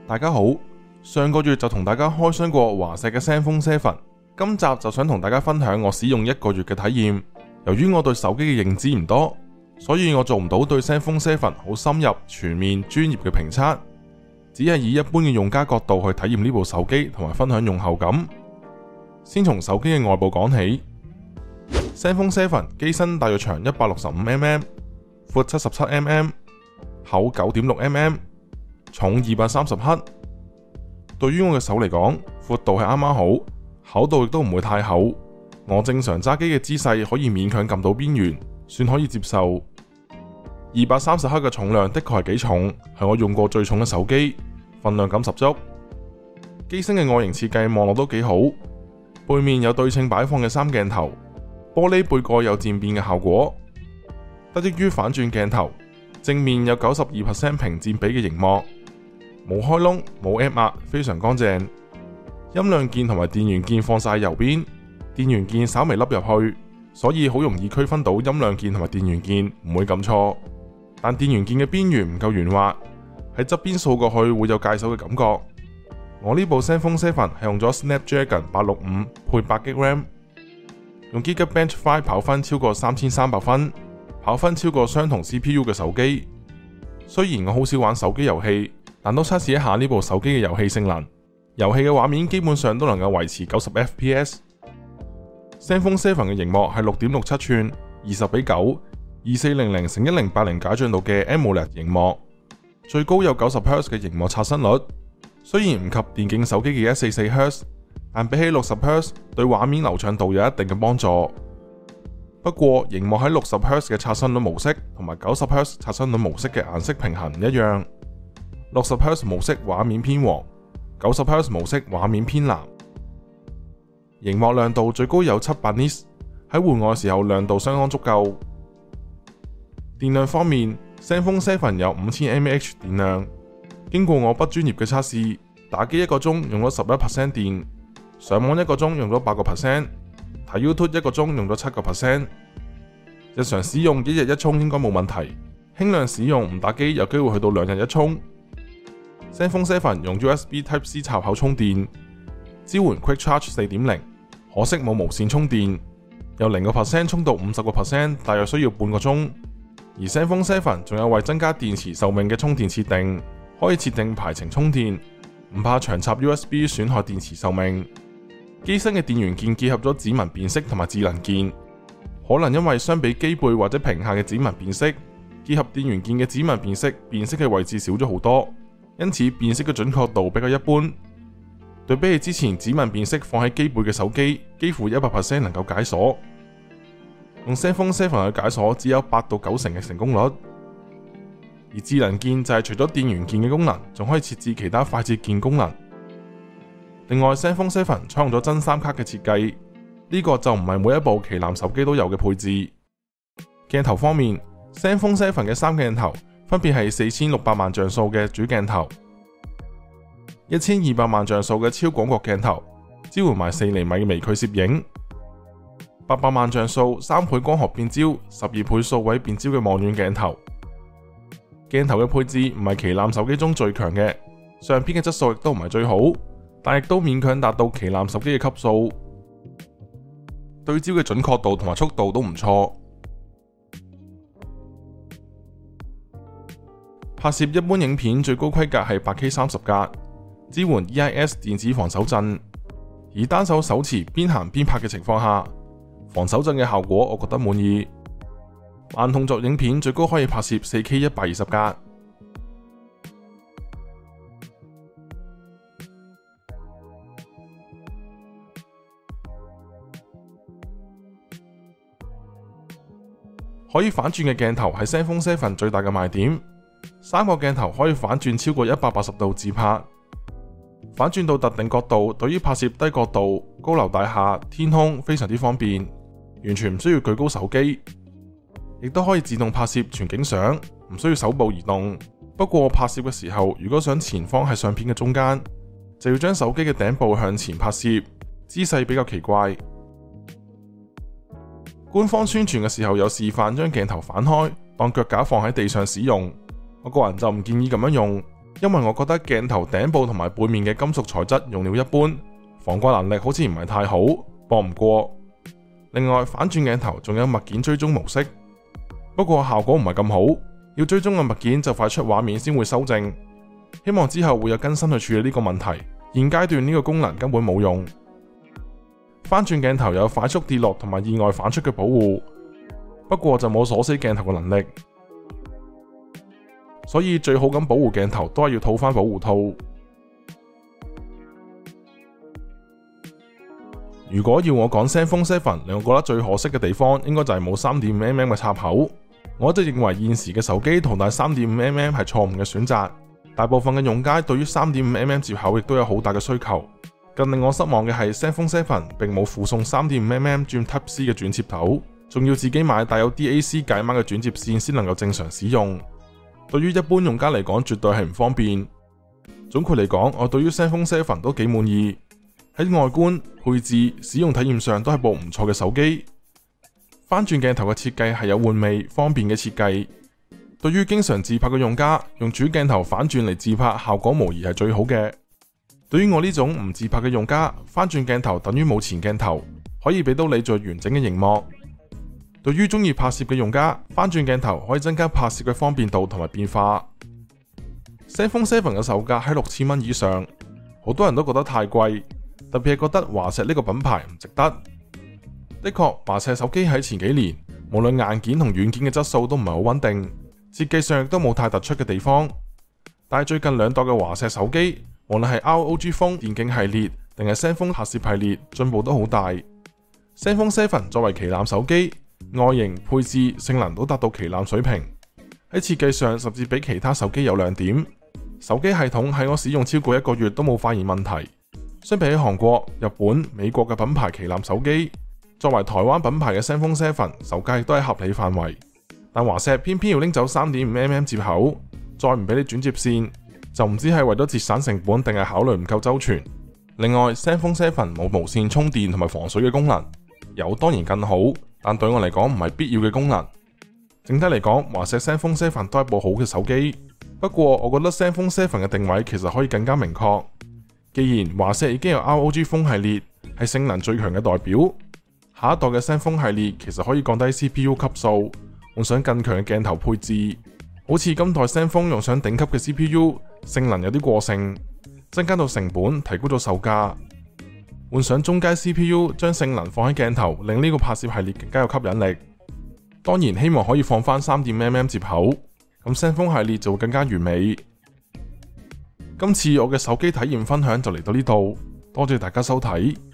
大家好，上個月就同大家開箱過華碩嘅 ZenFone 7，今集就想同大家分享我使用1個月嘅體驗。由於我對手機嘅認知唔多，所以我做唔到對 ZenFone 7好深入、全面、專業嘅評測，只係以一般嘅用家角度去體驗呢部手機同埋分享用後感。先從手機嘅外部講起。ZenFone 7機身大約長 165mm， 闊 77mm， 厚 9.6mm， 重230克。對於我嘅手嚟講，闊度係啱啱好，厚度亦都唔會太厚。我正常揸機嘅姿勢可以勉強撳到邊緣，算可以接受。230克嘅重量的確係幾重，係我用過最重嘅手機，份量感十足。機身嘅外形設計望落都幾好，背面有對稱擺放嘅3鏡頭，玻璃背蓋有漸變嘅效果。得益於反轉鏡頭，正面有 92% 屏佔比嘅熒幕，冇開窿，冇 App 壓，非常乾淨。音量鍵同埋電源鍵放晒喺右邊，電源鍵稍微凹入去，所以好容易區分到音量鍵同埋電源鍵，唔會撳錯。但電源鍵嘅邊緣唔夠圓滑，喺側邊掃過去會有界手嘅感覺。我呢部 ZenFone 7係用咗 Snapdragon 865配8GB RAM， 用 Geekbench 5跑分超過3300分，跑分超過相同 CPU 嘅手機。雖然我好少玩手機遊戲，但都測試一下呢部手機嘅遊戲性能。遊戲嘅畫面基本上都能夠維持90 FPS。ZenFone 7嘅熒幕係 6.67 寸20:9 2400x1080解像度嘅 AMOLED 熒幕，最高有90 Hz 嘅熒幕刷新率。雖然唔及電競手機嘅144 Hz， 但比起60 Hz 對畫面流暢度有一定嘅幫助。不過熒幕喺60 Hz 嘅刷新率模式同埋90 Hz 刷新率模式嘅顏色平衡唔一樣。60 Hz 模式畫面偏黃，90 Hz 模式畫面偏藍。熒幕亮度最高有700 nits， 喺戶外時候亮度相當足夠。電量方面， ZenFone 7有5000 mAh 電量，經過我不專業嘅測試，打機1個鐘用咗 11% 電，上網1個鐘用咗 8%， 睇 YouTube 1個鐘用咗 7%。 日常使用1日1充應該冇問題，輕量使用唔打機有機會去到2日1充。ZenFone 7用 USB Type-C 插口充電，支援 Quick Charge 4.0， 可惜冇無線充電，由 0% 充到 50%， 大約需要半個鐘。而 ZenFone 7仲有為增加電池壽命嘅充電設定，可以設定排程充電，唔怕長插 USB 損害電池壽命。機身嘅電源鍵結合咗指紋辨識同埋智能鍵，可能因為相比機背或者屏下嘅指紋辨識，結合電源鍵嘅指紋辨識嘅位置少咗好多，因此辨識嘅準確度比較一般。對比起之前指紋辨識放喺機背嘅手機，幾乎 100% 能夠解鎖。用 ZenFone 7去解鎖只有8到9成嘅成功率。而智能鍵就係除咗電源鍵嘅功能，仲可以設置其他快捷鍵功能。另外 ZenFone 7採用咗真3卡嘅設計，呢個就唔係每一部旗艦手機都有嘅配置。鏡頭方面， ZenFone 7嘅3鏡頭分別係4600萬像素嘅主鏡頭、1200萬像素嘅超廣角鏡頭，支援埋4厘米嘅微距攝影，800萬像素3倍光學變焦、12倍數位變焦嘅望遠鏡頭。鏡頭嘅配置唔係旗艦手機中最強嘅，相片嘅質素亦都唔係最好，但亦都勉強達到旗艦手機嘅級數。對焦嘅準確度同埋速度都唔錯。拍攝一般影片最高規格係 8K 30格，支援 EIS 電子防手震。而單手持邊行邊拍嘅情況下，防手震嘅效果我覺得滿意。慢動作影片最高可以拍攝 4K 120格。可以反轉嘅鏡頭係 ZenFone 7最大嘅賣點，3個鏡頭可以反轉超過180度自拍。反轉到特定角度，對於拍攝低角度、高樓大廈、天空非常之方便，完全唔需要舉高手機。亦都可以自動拍攝全景相，唔需要手部移動。不過拍攝嘅時候，如果想前方係相片嘅中間，就要將手機嘅頂部向前拍攝，姿勢比較奇怪。官方宣傳嘅時候有示範將鏡頭反開，當腳架放喺地上使用。我個人就唔建議咁樣用， 因為我覺得鏡頭頂部同埋背面嘅金屬材質用料一般，防刮能力好似唔係太好，駁唔過。另外反轉鏡頭仲有物件追蹤模式，不過效果唔係咁好，要追蹤嘅物件就快出畫面先會修正。希望之後會有更新去處理呢個問題，現階段呢個功能根本冇用。翻轉鏡頭有快速跌落同埋意外反出嘅保護，不過就冇鎖死鏡頭嘅能力，所以最好咁保護鏡頭都係要套翻保護套。如果要我講 ZenFone 7令我覺得最可惜嘅地方，應該就係冇 3.5mm 嘅插口。我一直認為現時嘅手機淘汰 3.5mm 係錯誤嘅選擇。大部分嘅用家對於 3.5mm 接口亦都有好大嘅需求。更令我失望嘅係 ZenFone 7並冇附送 3.5mm 轉 Type C 嘅轉接頭，仲要自己買帶有 DAC 解碼嘅轉接線先能夠正常使用。對於一般用家嚟講，絕對係唔方便。總括嚟講，我對於 ZenFone 7都幾滿意，喺外觀、配置、使用體驗上都係部唔錯嘅手機。翻轉鏡頭嘅設計係有玩味、方便嘅設計。對於經常自拍嘅用家，用主鏡頭反轉嚟自拍效果無疑係最好嘅。對於我呢種唔自拍嘅用家，翻轉鏡頭等於冇前鏡頭，可以俾到你最完整嘅熒幕。對於中意拍攝嘅用家，翻轉鏡頭可以增加拍攝嘅方便度同埋變化。ZenFone 7嘅售價喺6000蚊以上，好多人都覺得太貴，特別係覺得華碩呢個品牌唔值得。的確，華碩手機喺前幾年，無論硬件同軟件嘅質素都唔係好穩定，設計上亦都冇太突出嘅地方。但係最近兩代嘅華碩手機，無論係 ROG Phone 電競系列定係 ZenFone 拍攝系列，進步都好大。ZenFone 7作為旗艦手機，外形、配置、性能都達到旗艦水平，喺設計上甚至比其他手機有亮點。手機系統喺我使用超過1個月都冇發現問題。相比起韓國、日本、美國嘅品牌旗艦手機，作為台灣品牌嘅 ZenFone 7售價亦都係合理範圍。但華碩偏偏要拎走 3.5mm 接口，再唔俾你轉接線，就唔知係為咗節省成本定係考慮唔夠周全。另外 ZenFone 7冇無線充電同埋防水嘅功能，有當然更好，但對我嚟講唔係必要嘅功能。整體嚟講，華碩 ZenFone 7都係部好嘅手機，不過我覺得 ZenFone 7嘅定位其實可以更加明確。既然華碩已經有 ROG Phone 系列係性能最強嘅代表，下一代嘅 ZenFone 系列其實可以降低 CPU 級數，換上更強嘅鏡頭配置。好似今代 ZenFone 用上頂級嘅 CPU， 性能有啲過剩，增加到成本，提高咗售價。換上中階 CPU， 將性能放喺鏡頭，令呢個拍攝系列更加有吸引力。當然希望可以放翻 3.5mm 接口，咁 ZenFone 系列就會更加完美。今次我嘅手機體驗分享就嚟到呢度，多謝大家收睇。